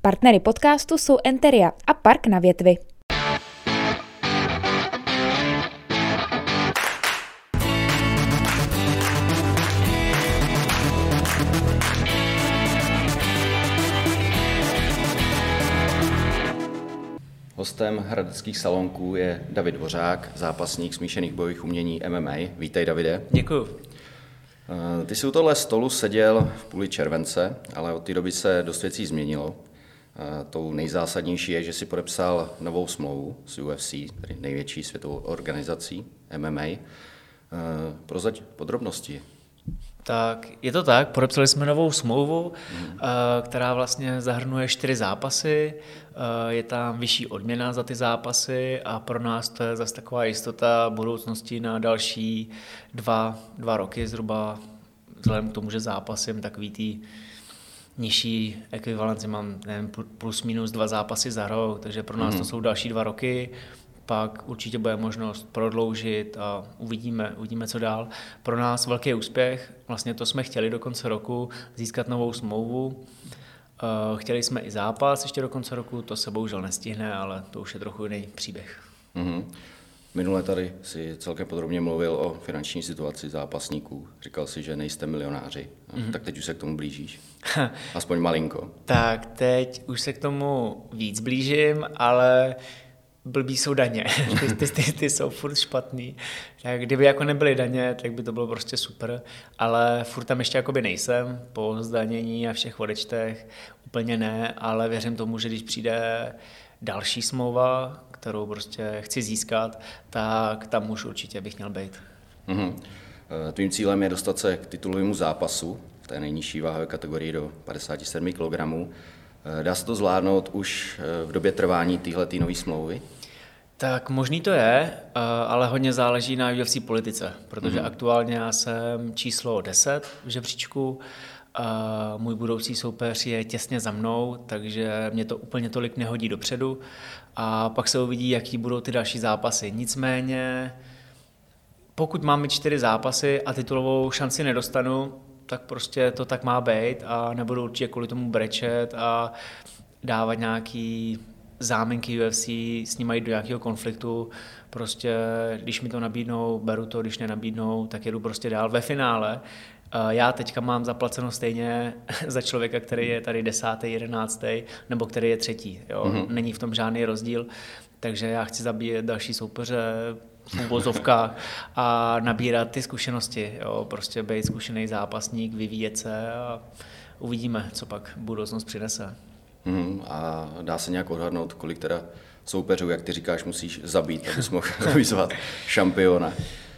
Partnery podcastu jsou Enteria a Park na Větvi. Hostem hradeckých salonků je David Dvořák, zápasník smíšených bojových umění MMA. Vítej, Davide. Děkuju. Ty jsi u tohle stolu seděl v půli července, ale od té doby se dost věcí změnilo. Tou nejzásadnější je, že si podepsal novou smlouvu s UFC, tedy největší světovou organizací MMA. Prozrať podrobnosti. Tak, je to tak, podepsali jsme novou smlouvu, která vlastně zahrnuje 4 zápasy, je tam vyšší odměna za ty zápasy a pro nás to je zase taková jistota budoucnosti na další dva roky zhruba, vzhledem k tomu, že zápasím takový tý nižší ekvivalenci, mám nevím, plus minus 2 zápasy za rok, takže pro nás to jsou další 2 roky. Pak určitě bude možnost prodloužit a uvidíme, co dál. Pro nás velký úspěch, vlastně to jsme chtěli do konce roku, získat novou smlouvu. Chtěli jsme i zápas ještě do konce roku, to se bohužel nestihne, ale to už je trochu jiný příběh. Mm-hmm. Minule tady si celkem podrobně mluvil o finanční situaci zápasníků. Říkal si, že nejste milionáři, tak teď už se k tomu blížíš. Aspoň malinko. Tak teď už se k tomu víc blížím, ale blbý jsou daně, ty jsou furt špatný. Tak kdyby jako nebyly daně, tak by to bylo prostě super, ale furt tam ještě jakoby nejsem, po zdanění a všech odečtech úplně ne, ale věřím tomu, že když přijde další smlouva, kterou prostě chci získat, tak tam už určitě bych měl být. Mm-hmm. Tvým cílem je dostat se k titulovému zápasu v té nejnižší váhové kategorii do 57 kg. Dá se to zvládnout už v době trvání téhletý nové smlouvy? Tak možný to je, ale hodně záleží na UFC politice, protože aktuálně já jsem číslo 10 v žebříčku, můj budoucí soupeř je těsně za mnou, takže mě to úplně tolik nehodí dopředu a pak se uvidí, jaký budou ty další zápasy. Nicméně, pokud mám 4 zápasy a titulovou šanci nedostanu, tak prostě to tak má být a nebudu určitě kvůli tomu brečet a dávat nějaký záminky UFC, s nimi jít do nějakého konfliktu. Prostě, když mi to nabídnou, beru to, když nenabídnou, tak jedu prostě dál. Ve finále já teďka mám zaplaceno stejně za člověka, který je tady 10., 11. nebo který je 3. Jo? Není v tom žádný rozdíl, takže já chci zabíjet další soupeře v uvozovkách a nabírat ty zkušenosti. Jo? Prostě být zkušený zápasník, vyvíjet se a uvidíme, co pak budoucnost přinese. A dá se nějak odhadnout, kolik teda soupeřů, jak ty říkáš, musíš zabít, abys mohl vyzvat šampiona?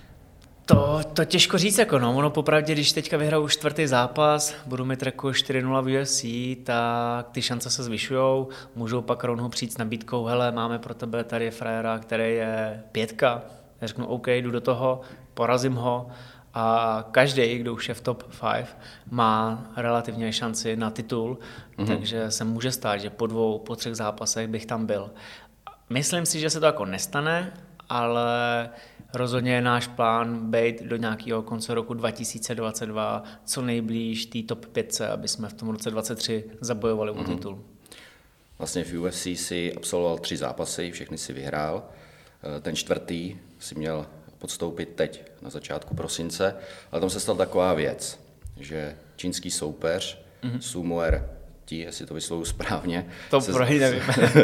To těžko říct, jako no, ono popravdě, když teďka vyhraju 4. zápas, budu mít jako 4-0 v UFC, tak ty šance se zvyšujou, můžou pak rovnou přijít s nabídkou, hele, máme pro tebe tady frajera, který je 5, já řeknu, OK, jdu do toho, porazím ho a každý, kdo už je v top 5, má relativně šanci na titul, takže se může stát, že po 2, po 3 zápasech bych tam byl. Myslím si, že se to jako nestane, ale rozhodně je náš plán být do nějakého konce roku 2022 co nejblíž té top 5, aby jsme v tom roce 2023 zabojovali o titul. Vlastně v UFC si absolvoval 3 zápasy, všechny si vyhrál. Ten 4. si měl podstoupit teď na začátku prosince, ale tam se stala taková věc, že čínský soupeř Su Muer Ti, jestli to vyslovuju správně. To nevím.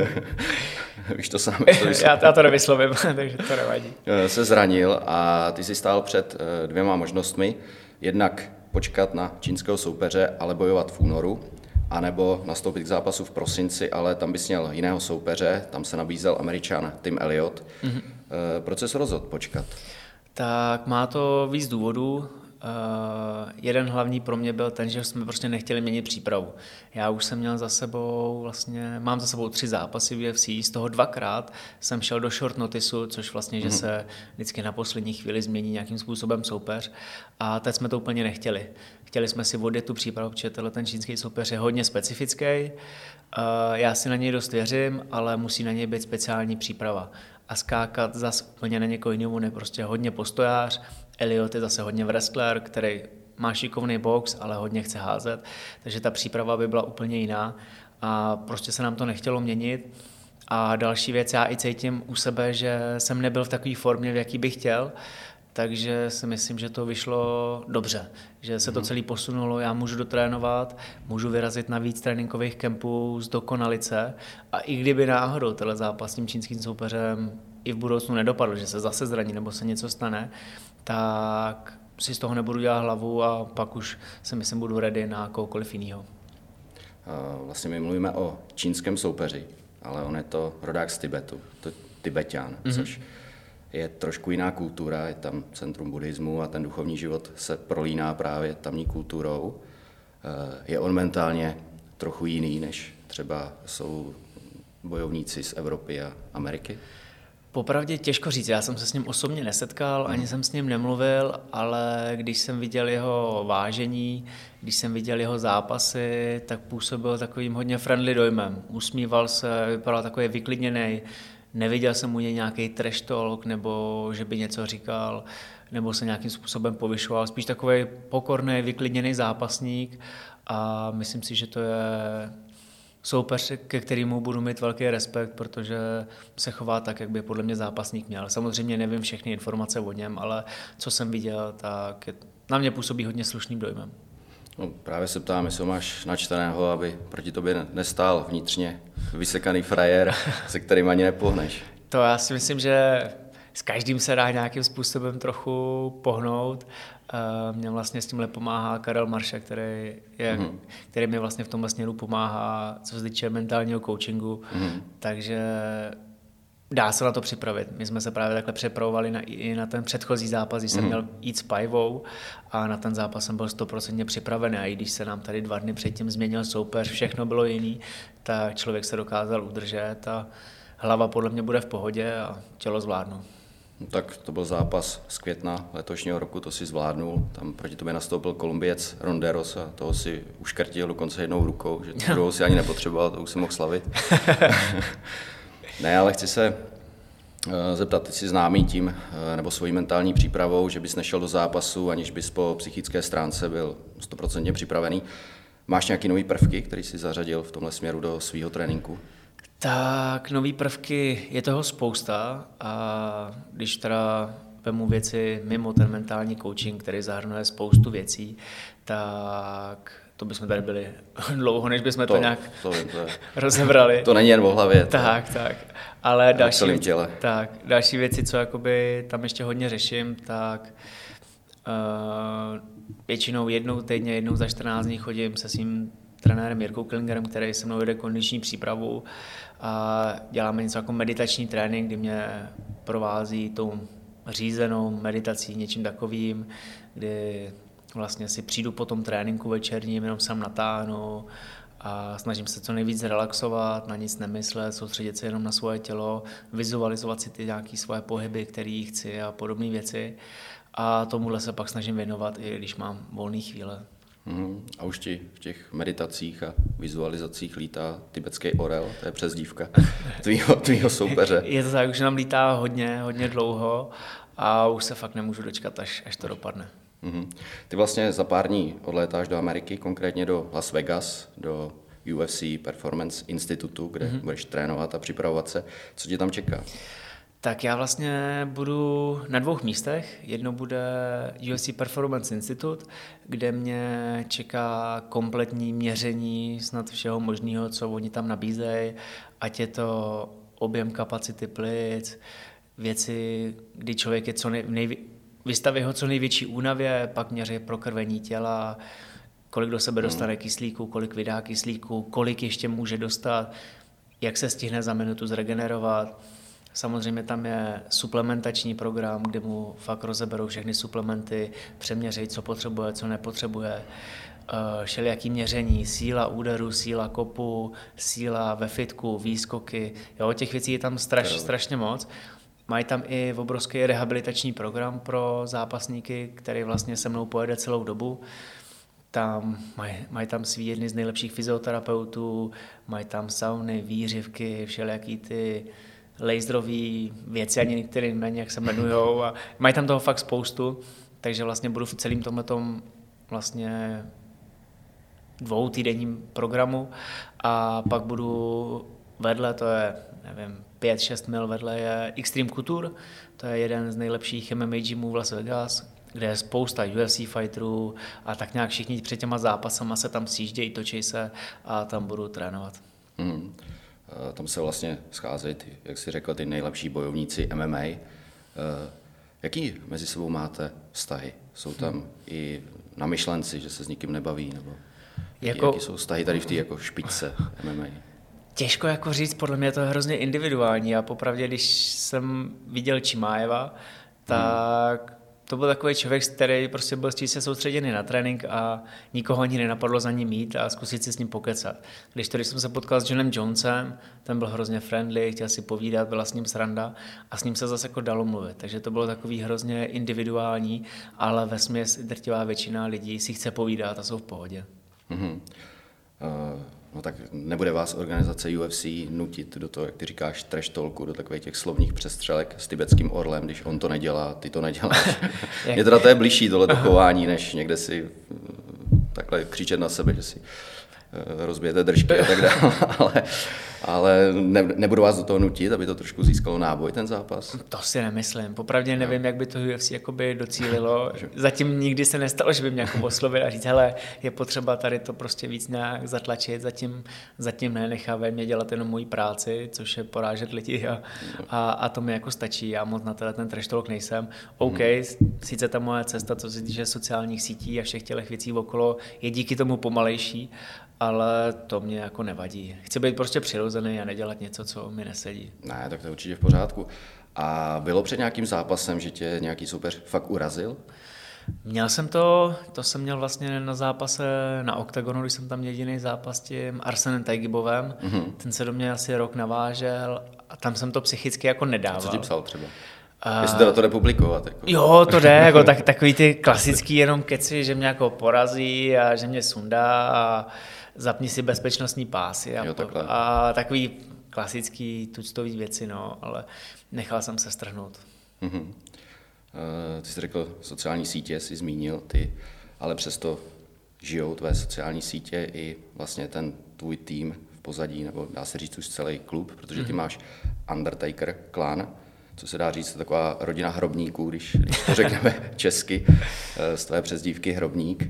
Víš to sám. Já to nevyslovím, takže to nevadí. Se zranil a ty si stál před 2 možnostmi. Jednak počkat na čínského soupeře, ale bojovat v únoru, anebo nastoupit k zápasu v prosinci, ale tam bys měl jiného soupeře, tam se nabízel Američan Tim Elliott. Proč se rozhodl počkat? Tak má to víc důvodů. Jeden hlavní pro mě byl ten, že jsme prostě nechtěli měnit přípravu. Já už jsem měl mám za sebou 3 zápasy v UFC, z toho 2krát jsem šel do short noticeu, což vlastně, že se vždycky na poslední chvíli změní nějakým způsobem soupeř a teď jsme to úplně nechtěli. Chtěli jsme si odjet tu přípravu, protože ten čínský soupeř je hodně specifický. Já si na něj dost věřím, ale musí na něj být speciální příprava. A skákat zase úplně na někoho jiného, je prostě hodně postojář. Elliott je zase hodně wrestler, který má šikovný box, ale hodně chce házet, takže ta příprava by byla úplně jiná. a prostě se nám to nechtělo měnit. A další věc, já i cítím u sebe, že jsem nebyl v takové formě, v jaký bych chtěl, takže si myslím, že to vyšlo dobře, že se to celé posunulo, já můžu dotrénovat, můžu vyrazit na víc tréninkových kempů, zdokonalit se a i kdyby náhodou tenhle zápas s tím čínským soupeřem i v budoucnu nedopadl, že se zase zraní nebo se něco stane, tak si z toho nebudu dělat hlavu a pak už si myslím, budu ready na koukoliv jinýho. Vlastně my mluvíme o čínském soupeři, ale on je to rodák z Tibetu, to Tibeťan, což je trošku jiná kultura, je tam centrum buddhismu a ten duchovní život se prolíná právě tamní kulturou. Je on mentálně trochu jiný, než třeba jsou bojovníci z Evropy a Ameriky? Popravdě těžko říct, já jsem se s ním osobně nesetkal, ani jsem s ním nemluvil, ale když jsem viděl jeho vážení, když jsem viděl jeho zápasy, tak působil takovým hodně friendly dojmem. Usmíval se, vypadal takový vyklidněnej, neviděl jsem u něj nějaký trash talk, nebo že by něco říkal, nebo se nějakým způsobem povyšoval. Spíš takový pokorný, vyklidněný zápasník a myslím si, že to je soupeř, ke kterému budu mít velký respekt, protože se chová tak, jak by podle mě zápasník měl. Samozřejmě nevím všechny informace o něm, ale co jsem viděl, tak na mě působí hodně slušným dojmem. No, právě se ptám, jestli ho máš načteného, aby proti tobě nestál vnitřně vysekaný frajer, se kterým ani nepohneš. To já si myslím, že s každým se dá nějakým způsobem trochu pohnout. Mně vlastně s tímhle pomáhá Karel Marša, který mi vlastně v tomhle směru pomáhá, co se týče mentálního coachingu, takže dá se na to připravit. My jsme se právě takhle připravovali i na ten předchozí zápas, když jsem měl jít s Pajvou a na ten zápas jsem byl 100% připravený a i když se nám tady 2 dny předtím změnil soupeř, všechno bylo jiný, tak člověk se dokázal udržet a hlava podle mě bude v pohodě a tělo zvládnu. No, tak to byl zápas z května letošního roku, to si zvládnul. Tam proti tobě nastoupil Kolumbiec Ronderos a toho si uškrtil dokonce jednou rukou, že tu druhou si ani nepotřeboval, to už si mohl slavit. Ne, ale chci se zeptat, ty jsi známý tím, nebo svojí mentální přípravou, že bys nešel do zápasu, aniž bys po psychické stránce byl 100% připravený. Máš nějaký nový prvky, který jsi zařadil v tomhle směru do svýho tréninku? Tak nový prvky, je toho spousta a když teda vemu věci mimo ten mentální coaching, který zahrnuje spoustu věcí, tak to bychom tady byli dlouho, než bychom to nějak rozebrali. To není jen o hlavě. Tak. Ale další věci, co jakoby tam ještě hodně řeším, tak většinou jednou týdně, jednou za 14 dní chodím se svým trenérem Jirkou Klingerem, který se mnou vede kondiční přípravu a děláme něco jako meditační trénink, kdy mě provází tou řízenou meditací, něčím takovým, kdy vlastně si přijdu po tom tréninku večerním, jenom sám natáhnu a snažím se co nejvíc relaxovat, na nic nemyslet, soustředit se jenom na svoje tělo, vizualizovat si ty nějaké svoje pohyby, které chci a podobné věci. A tomuhle se pak snažím věnovat, i když mám volné chvíle. A už ti v těch meditacích a vizualizacích lítá tibetský orel, to je přezdívka tvýho soupeře. Je to tak, už nám lítá hodně dlouho a už se fakt nemůžu dočkat, až to dopadne. Ty vlastně za pár dní odlétáš do Ameriky, konkrétně do Las Vegas, do UFC Performance Institutu, kde budeš trénovat a připravovat se. Co tě tam čeká? Tak já vlastně budu na 2 místech. Jedno bude UFC Performance Institute, kde mě čeká kompletní měření snad všeho možného, co oni tam nabízejí, ať je to objem kapacity plic, věci, kdy člověk je vystaví ho co největší únavě, pak měří prokrvení těla, kolik do sebe dostane kyslíku, kolik vydá kyslíku, kolik ještě může dostat, jak se stihne za minutu zregenerovat. Samozřejmě tam je suplementační program, kde mu fakt rozeberou všechny suplementy, přeměří, co potřebuje, co nepotřebuje, všelijaký měření, síla úderu, síla kopu, síla ve fitku, výskoky. Jo, těch věcí je tam strašně moc. Mají tam i obrovský rehabilitační program pro zápasníky, který vlastně se mnou pojede celou dobu. Tam mají tam svý jedny z nejlepších fyzioterapeutů, mají tam sauny, výřivky, všelijaký ty laserový věci, ani některé méně, jak se jmenujou, a mají tam toho fakt spoustu, takže vlastně budu v celém tomhletom vlastně 2týdenním programu a pak budu vedle, to je, nevím, 5-6 mil vedle je Extreme Couture, to je jeden z nejlepších MMA gymů v Las Vegas, kde je spousta UFC fighterů a tak nějak všichni před těma zápasama se tam sjíždějí, točí se a tam budu trénovat. Tam se vlastně scházejí, jak jsi řekl, ty nejlepší bojovníci MMA. Jaký mezi sebou máte vztahy? Jsou tam i namyšlenci, že se s nikým nebaví? Nebo jaký jsou vztahy tady v té jako špičce MMA? Těžko jako říct, podle mě to je hrozně individuální a popravdě, když jsem viděl Chimaeva, tak to byl takový člověk, který prostě byl čistě soustředěný na trénink a nikoho ani nenapadlo za ním jít a zkusit si s ním pokecat. Když jsem se potkal s Johnem Jonesem, ten byl hrozně friendly, chtěl si povídat, byla s ním sranda a s ním se zase jako dalo mluvit. Takže to bylo takový hrozně individuální, ale vesměs drtivá většina lidí si chce povídat a jsou v pohodě. No tak nebude vás organizace UFC nutit do toho, jak ty říkáš, trash talku, do takových těch slovních přestřelek s tibetským orlem, když on to nedělá, ty to neděláš. Mně teda to je blížší tohleto chování, než někde si takhle křičet na sebe, že si rozbijete držky a tak dále. Ale nebudu vás do toho nutit, aby to trošku získalo náboj, ten zápas? To si nemyslím. Popravdě nevím, jak by to UFC jakoby docílilo. Zatím nikdy se nestalo, že by mě jako oslovil a říct, hele, je potřeba tady to prostě víc nějak zatlačit, zatím nenechávají mě dělat jenom moji práci, což je porážet lidi a to mi jako stačí. Já moc na ten trash talk nejsem. OK, sice ta moje cesta, co se týče sociálních sítí a všech těch věcí okolo, je díky tomu pomalejší, ale to mě jako nevadí. Chci být prostě přirozený a nedělat něco, co mi nesedí. Ne, tak to je určitě v pořádku. A bylo před nějakým zápasem, že tě nějaký soupeř fakt urazil? Měl jsem to jsem měl vlastně na zápase na Oktagonu, když jsem tam jediný zápas s tím Arsenem Tajgibovem. Ten se do mě asi rok navážel a tam jsem to psychicky jako nedával. A co ti psal třeba? Jestli teda to jde publikovat. Jako. Jo, to jde, jako takový ty klasický jenom keci, že mě jako porazí a že mě sundá a zapni si bezpečnostní pásy a takový klasický tuctový věci, no, ale nechal jsem se strhnout. Ty jsi řekl, sociální sítě jsi zmínil, ty, ale přesto žijou tvé sociální sítě i vlastně ten tvůj tým v pozadí, nebo dá se říct už celý klub, protože ty máš Undertaker klan, co se dá říct, to taková rodina hrobníků, když to řekneme česky, z tvé přezdívky Hrobník.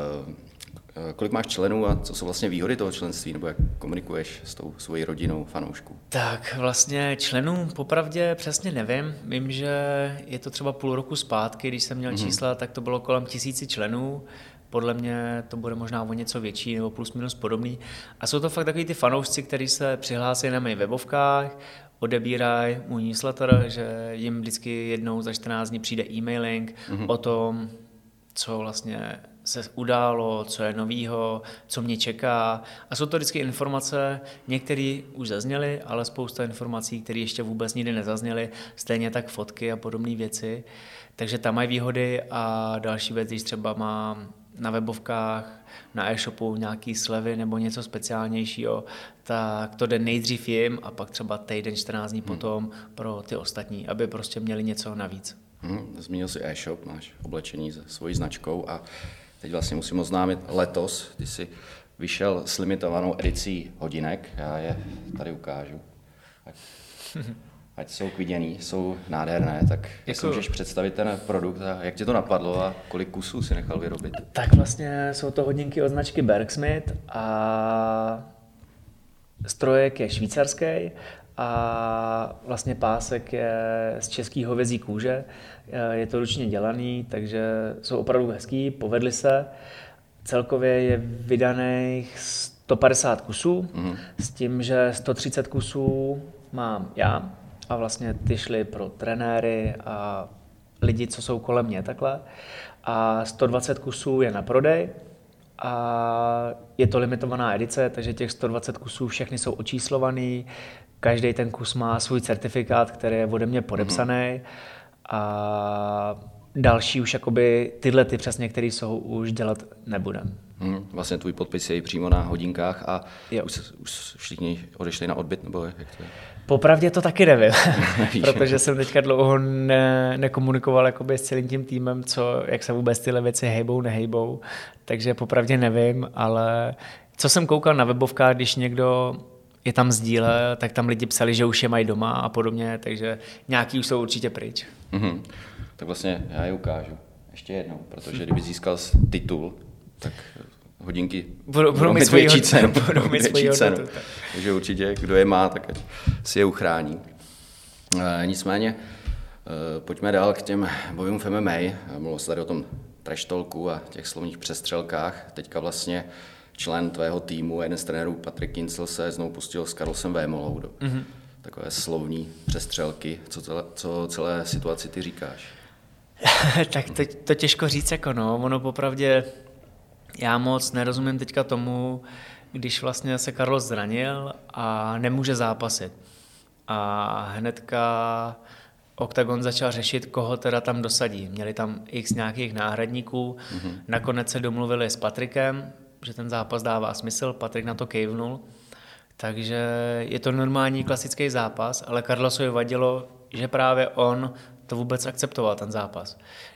Kolik máš členů a co jsou vlastně výhody toho členství, nebo jak komunikuješ s tou svojí rodinou fanoušků? Tak vlastně členů popravdě přesně nevím. Vím, že je to třeba půl roku zpátky, když jsem měl čísla, tak to bylo kolem 1000 členů. Podle mě to bude možná o něco větší nebo plus minus podobný. A jsou to fakt takový ty fanoušci, kteří se přihlásí na mých webovkách, odebírají můj newsletter, že jim vždycky jednou za 14 dní přijde e-mailing o tom, co vlastně se událo, co je novýho, co mě čeká. A jsou to vždycky informace, některé už zazněly, ale spousta informací, které ještě vůbec nikdy nezazněly, stejně tak fotky a podobné věci. Takže tam mají výhody a další věc, když třeba mám na webovkách, na e-shopu nějaký slevy nebo něco speciálnějšího, tak to jde nejdřív jim a pak třeba týden, 14 dní potom pro ty ostatní, aby prostě měli něco navíc. Zmínil jsi e-shop, máš oblečení se svojí značkou a teď vlastně musím oznámit, letos ty jsi vyšel s limitovanou edicí hodinek, já je tady ukážu. Ať jsou k vidění, jsou nádherné, tak jak si můžeš představit ten produkt a jak tě to napadlo a kolik kusů si nechal vyrobit? Tak vlastně jsou to hodinky od značky Bergsmith a strojek je švýcarský a vlastně pásek je z český hovězí kůže. Je to ručně dělaný, takže jsou opravdu hezký, povedli se. Celkově je vydaných 150 kusů, s tím, že 130 kusů mám já a vlastně ty šly pro trenéry a lidi, co jsou kolem mě takhle. A 120 kusů je na prodej a je to limitovaná edice, takže těch 120 kusů všechny jsou očíslovaný. Každý ten kus má svůj certifikát, který je ode mě podepsaný a další už jakoby tyhle ty přesně, které jsou, už dělat nebudem. Vlastně tvůj podpis je i přímo na hodinkách a Jo. už všichni odešli na odbyt, nebo jak to je? Popravdě to taky nevím, protože jsem teďka dlouho nekomunikoval jakoby s celým tím týmem, jak se vůbec tyhle věci hejbou, nehejbou, takže popravdě nevím, ale co jsem koukal na webovkách, když někdo je tam sdílel, tak tam lidi psali, že už je mají doma a podobně, takže nějaký už jsou určitě pryč. Tak vlastně já je ukážu ještě jednou, protože kdyby získal titul, tak hodinky budou mít větší cenu. Takže určitě, kdo je má, tak si je uchrání. Nicméně, pojďme dál k těm bojům v MMA. Mluvil se tady o tom trash talku a těch slovních přestřelkách. Teďka vlastně člen tvého týmu, jeden z trenérů, Patrik Kincl, se znovu pustil s Carlosem Vémolou do takové slovní přestřelky. Co celé situaci ty říkáš? Tak to těžko říct, jako no. Ono popravdě, já moc nerozumím teďka tomu, když vlastně se Carlos zranil a nemůže zápasit. A hnedka Octagon začal řešit, koho teda tam dosadí. Měli tam x nějakých náhradníků, nakonec se domluvili s Patrikem, že ten zápas dává smysl, Patrik na to kejvnul. Takže je to normální klasický zápas, ale Carlosovi vadilo, že právě on to vůbec akceptoval, ten zápas.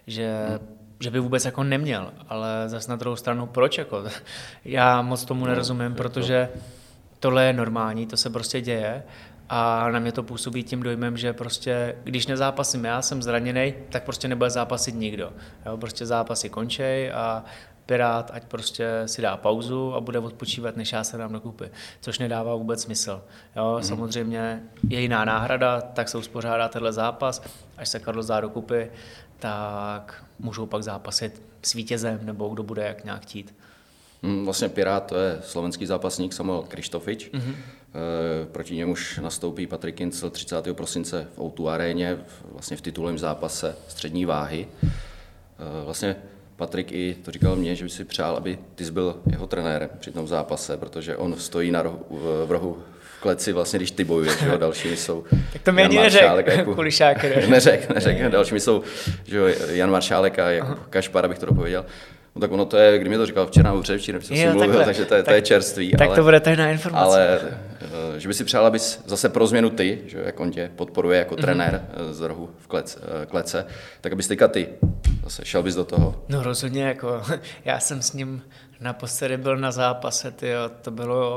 Že by vůbec jako neměl, ale zase na druhou stranu proč? Jako? Já moc tomu nerozumím, protože tohle je normální, to se prostě děje a na mě to působí tím dojmem, že prostě, když nezápasím já, jsem zraněný, tak prostě nebude zápasit nikdo. Jo? Prostě zápasy končej a Pirát ať prostě si dá pauzu a bude odpočívat, než já se dám dokupy, což nedává vůbec smysl. Jo? Samozřejmě je jiná náhrada, tak se uspořádá tenhle zápas, až se Carlos dá dokupy, tak můžou pak zápasit s vítězem nebo kdo bude jak nějak chtít. Vlastně Pirát, to je slovenský zápasník Samuel Krištofič. Proti němuž nastoupí Patrik Kincl 30. prosince v O2 aréně, vlastně v titulovém zápase střední váhy. Vlastně Patrik i to říkal mně, že by si přál, aby ty jsi byl jeho trenérem při tom zápase, protože on stojí v rohu v kleci, vlastně, když ty bojuješ, že jo, dalšími jsou tak to mi ani neřekl, Kulišák. Neřekl, dalšími jsou že jo, Jan Maršálek a Jakub Kašpar, abych to dopověděl. No tak ono to je, kdy mi to říkal včera nebo předevčírem, jsem si mluvil, takže to je čerství. Tak to bude tajná informace. Ale že by si přál, abys zase pro změnu ty, že jak on tě podporuje jako trenér z rohu v klece, tak abys teďka ty zase šel bys do toho. No rozhodně, jako já jsem s ním naposledy byl na zápase, to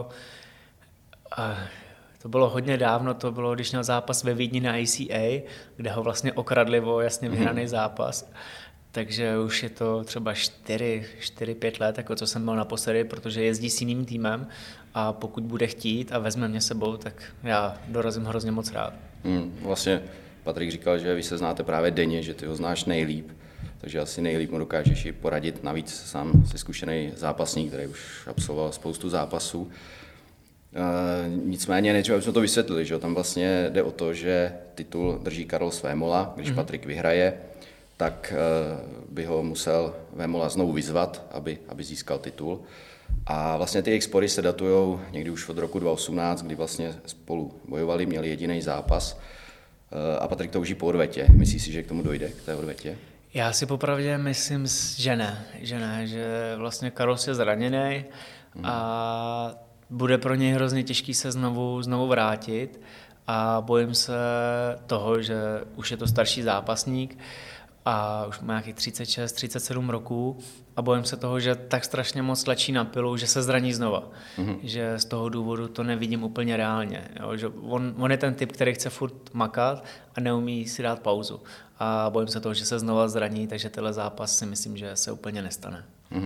bylo hodně dávno, to bylo, když měl zápas ve Vídni na ACA, kde ho vlastně okradli o jasně vyhraný zápas. Takže už je to třeba 4-5 let, jako co jsem byl naposledy, protože jezdí s jiným týmem a pokud bude chtít a vezme mě sebou, tak já dorazím hrozně moc rád. Vlastně Patrik říkal, že vy se znáte právě denně, že ty ho znáš nejlíp, takže asi nejlíp mu dokážeš i poradit, navíc sám jsi zkušený zápasník, který už absolvoval spoustu zápasů. Nicméně nejdřív bychom to vysvětlili, že tam vlastně jde o to, že titul drží Carlos Vémola, když Patrik vyhraje, tak by ho musel Vémola znovu vyzvat, aby získal titul. A vlastně ty jejich spory se datujou někdy už od roku 2018, kdy vlastně spolu bojovali, měli jediný zápas a Patrik touží po odvetě. Myslíš si, že k tomu dojde, k té odvetě? Já si popravdě myslím, že ne, že vlastně Carlos je zraněný a bude pro něj hrozně těžký se znovu vrátit a bojím se toho, že už je to starší zápasník a už má nějakých 36-37 roků a bojím se toho, že tak strašně moc tlačí na pilu, že se zraní znova. Že z toho důvodu to nevidím úplně reálně. Jo? Že on je ten typ, který chce furt makat a neumí si dát pauzu. A bojím se toho, že se znova zraní, takže tenhle zápas si myslím, že se úplně nestane.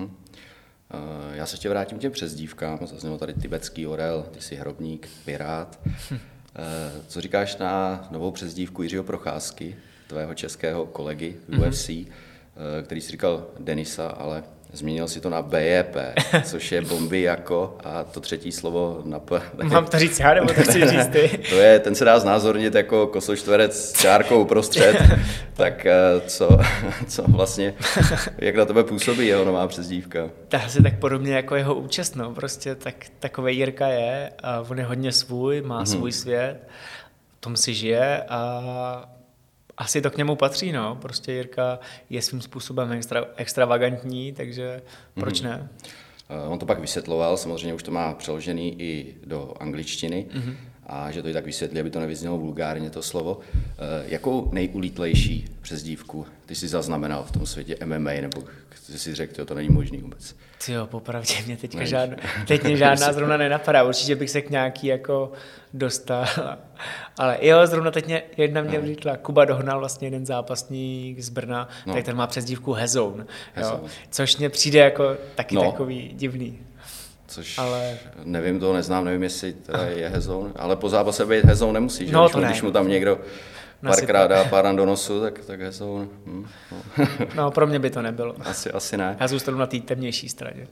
Já se ještě vrátím k těm přezdívkám. Zaznělo tady tibetský orel, ty jsi hrobník, pirát. Co říkáš na novou přezdívku Jiřího Procházky, tvého českého kolegy v UFC, který si říkal Denisa, ale změnil si to na BJP, což je bomby jako a to třetí slovo na P. Mám to říct já, nebo to chci říct ty? Ten se dá znázornit jako kosočtverec s čárkou uprostřed. Tak co vlastně, jak na tebe působí jeho nová přezdívka? Asi tak podobně jako jeho účest, no. Prostě takovej Jirka je a on je hodně svůj, má svůj svět, v tom si žije Asi to k němu patří, no. Prostě Jirka je svým způsobem extravagantní, takže proč ne? On to pak vysvětloval, samozřejmě už to má přeložený i do angličtiny a že to i tak vysvětlí, aby to nevyznělo vulgárně to slovo. Jakou nejulítlejší přezdívku ty jsi zaznamenal v tom světě MMA, nebo ty si řekl, že to není možný vůbec? Tyjo, popravdě mě teď mě žádná zrovna nenapadá, určitě bych se k nějaký jako dostal, ale jo, zrovna teď jedna mě vlítla, Kuba Dohnal, vlastně jeden zápasník z Brna, tak ten má přezdívku Hezoun, což mně přijde jako taky takový divný. Což nevím, to neznám, nevím, jestli teda je Hezoun, ale po zápase být Hezoun nemusí, že? Když mu tam někdo párkrát dá pár do nosu, tak Hezoun. No, pro mě by to nebylo. Asi ne. Já zůstanu na té temnější straně.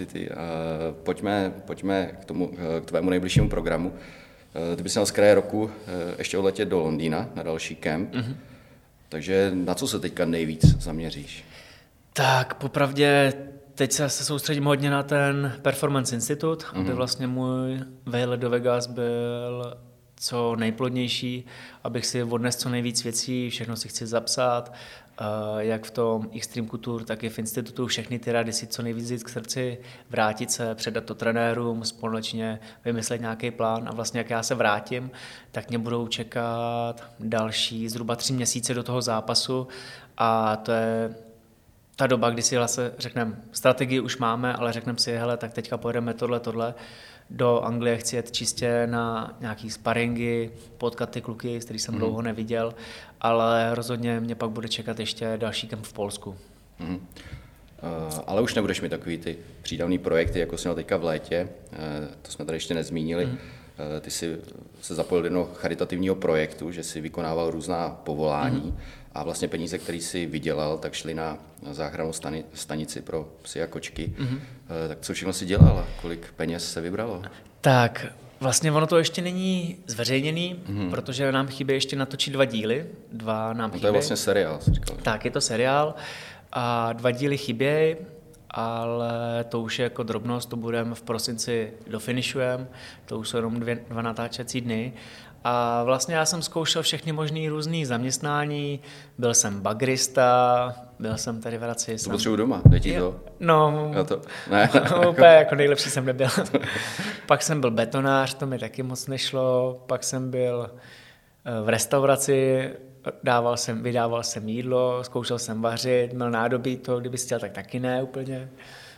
Pojďme k tvému nejbližšímu programu. Ty bys měl z kraje roku ještě odletět do Londýna na další kemp. Takže na co se teďka nejvíc zaměříš? Tak popravdě teď se soustředím hodně na ten Performance Institute, aby vlastně můj vejlet do Vegas byl co nejplodnější, abych si odnesl co nejvíc věcí, všechno si chci zapsat, jak v tom Extreme Couture, tak i v institutu, všechny ty rady si co nejvíc jít k srdci, vrátit se, předat to trenérům, společně vymyslet nějaký plán a vlastně jak já se vrátím, tak mě budou čekat další zhruba 3 měsíce do toho zápasu a to je ta doba, kdy si vlastně řekneme, strategii už máme, ale řekneme si, hele, tak teďka pojedeme tohle. Do Anglie chci jet čistě na nějaký sparingy, potkat ty kluky, z kterých jsem dlouho neviděl, ale rozhodně mě pak bude čekat ještě další kemp v Polsku. Ale už nebudeš mít takový ty přídavný projekty, jako jsi měl teďka v létě, to jsme tady ještě nezmínili. Ty jsi se zapojil do jednoho charitativního projektu, že jsi vykonával různá povolání a vlastně peníze, které jsi vydělal, tak šly na záchrannou stanici pro psy a kočky. Tak co všechno jsi dělal a kolik peněz se vybralo? Tak vlastně ono to ještě není zveřejněný, protože nám chybí ještě natočit 2 díly. 2 nám chybí. To je vlastně seriál, jsi říkal. Tak, je to seriál a 2 díly chybějí, ale to už je jako drobnost, to budeme v prosinci dofinišujeme, to už jsou jenom 2 natáčecí dny. A vlastně já jsem zkoušel všechny možný různý zaměstnání, byl jsem bagrista, byl jsem tady v Hradci. To potřebuji doma, jde ti to? No, ne. Úplně jako nejlepší jsem nebyl. Pak jsem byl betonář, to mi taky moc nešlo, pak jsem byl v restauraci, vydával jsem jídlo, zkoušel jsem vařit, měl nádobí, to kdyby chtěl, tak taky ne úplně.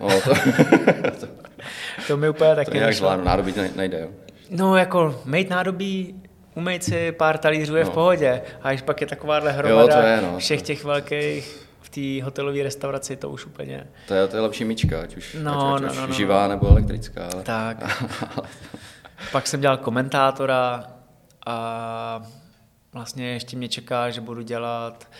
To mi úplně taky nešlo. Zvládnu, nádobí nejde, jo? No jako mejt nádobí, umejt si pár talířů je v pohodě, a když pak je takováhle hromada všech těch velkých v té hotelové restauraci, to už úplně... To je lepší myčka, ať už živá nebo elektrická. Ale... Tak. Pak jsem dělal komentátora a vlastně ještě mě čeká, že budu dělat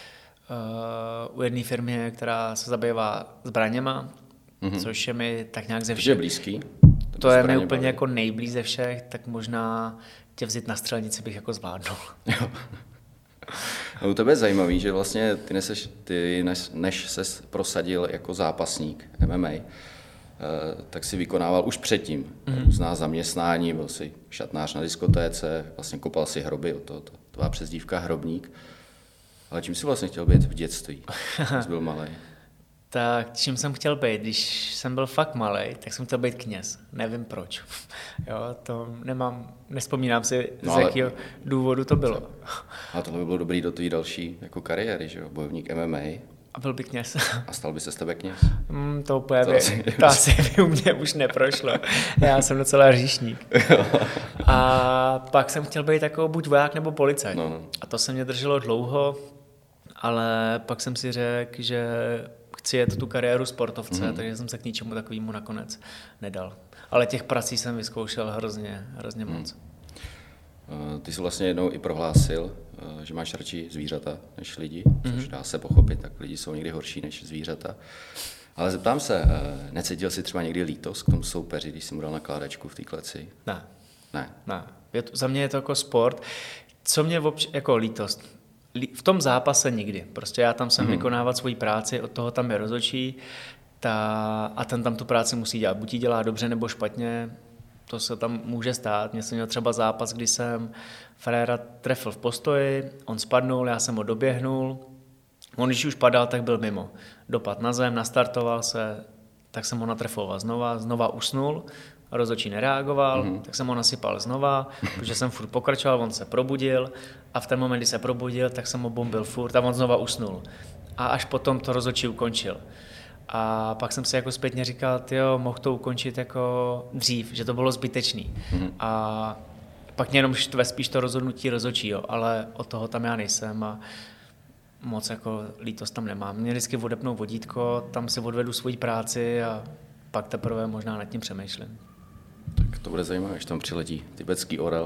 u jedné firmy, která se zabývá zbraněma, což je mi tak nějak ze všech. Je blízký? To je mi úplně jako nejblíž ze všech, tak možná tě vzít na střelnici bych jako zvládnul. No, u tebe je zajímavý, že vlastně ty než ses prosadil jako zápasník MMA, tak si vykonával už předtím různá zaměstnání, byl jsi šatnář na diskotéce, vlastně kopal si hroby, tvá přezdívka Hrobník. Ale čím jsi vlastně chtěl být v dětství, když byl malej? Tak čím jsem chtěl být, když jsem byl fakt malej, tak jsem chtěl být kněz. Nevím proč. Jo, to nespomínám si, z jakého důvodu to bylo. A tohle by bylo dobrý do té další jako kariéry, že jo? Bojovník MMA. A byl by kněz. A stal by se z tebe kněz? To úplně to asi by u mě už neprošlo. Já jsem docela hříšník. A pak jsem chtěl být jako buď voják nebo policajt. No. A to se mě drželo dlouho, ale pak jsem si řekl, že chci jet tu kariéru sportovce, takže jsem se k ničemu takovému nakonec nedal. Ale těch prací jsem vyzkoušel hrozně moc. Ty jsi vlastně jednou i prohlásil, že máš radši zvířata než lidi, což dá se pochopit, tak lidi jsou někdy horší než zvířata. Ale zeptám se, necítil jsi třeba někdy lítost k tomu soupeři, když jsi mu dal nakládačku v té kleci? Ne. Za mě je to jako sport. Co mě jako lítost? V tom zápase nikdy. Prostě já tam jsem vykonávat svoji práci, od toho tam je rozhodčí a ten tam tu práci musí dělat. Buď ji dělá dobře nebo špatně, to se tam může stát. Mně jsem měl třeba zápas, kdy jsem fraéra trefil v postoji, on spadnul, já jsem ho doběhnul. On, když už padal, tak byl mimo. Dopad na zem, nastartoval se, tak jsem ho natrefoval znova usnul, rozhodčí nereagoval, tak jsem ho nasypal znova, protože jsem furt pokračoval, on se probudil a v ten moment, kdy se probudil, tak jsem ho bombil furt a on znova usnul. A až potom to rozhodčí ukončil. A pak jsem si jako zpětně říkal, mohl to ukončit jako dřív, že to bylo zbytečný. A pak mě jenom štve spíš to rozhodnutí rozhodčího, ale od toho tam já nejsem a moc jako lítost tam nemám. Mě vždycky odepnou vodítko, tam si odvedu svoji práci a pak teprve možná nad tím přemýšlím. Tak to bude zajímavé, až tam přiletí tibetský orel.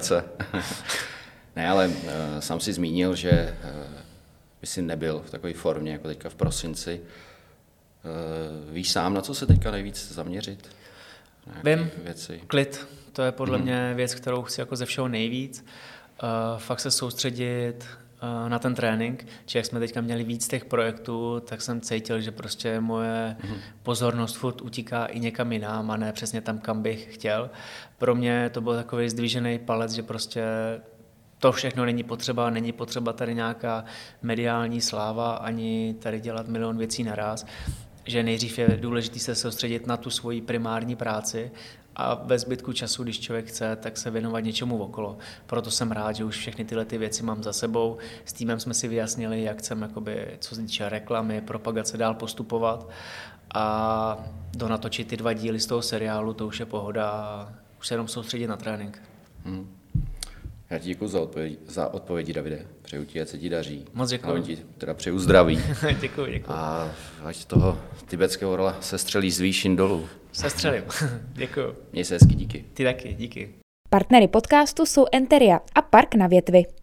Ne, ale sám si zmínil, že by si nebyl v takové formě jako teďka v prosinci. Víš sám, na co se teďka nejvíc zaměřit? Vím, věci? Klid. To je podle mě věc, kterou chci jako ze všeho nejvíc. Fakt se soustředit na ten trénink. Či jak jsme teďka měli víc těch projektů, tak jsem cítil, že prostě moje pozornost furt utíká i někam jinam a ne přesně tam, kam bych chtěl. Pro mě to byl takový zdvižený palec, že prostě to všechno není potřeba tady nějaká mediální sláva, ani tady dělat milion věcí naraz, že nejdřív je důležité se soustředit na tu svoji primární práci a ve zbytku času, když člověk chce, tak se věnovat něčemu okolo. Proto jsem rád, že už všechny tyhle ty věci mám za sebou. S týmem jsme si vyjasnili, jak chceme, jakoby, co se týče reklamy, propagace dál postupovat a donatočit ty 2 díly z toho seriálu, to už je pohoda a už se jenom soustředit na trénink. Já ti děkuji za odpovědi, Davide. Přeju ti, ať se ti daří. Moc děkuji. Hlavně ti teda přeju zdraví. Děkuji. A ať toho tibetského orla sestřelí z výšin dolů. Sestřelím. Děkuji. Měj se hezky, díky. Ty taky, díky. Partnery podcastu jsou Enteria a Park na Větvi.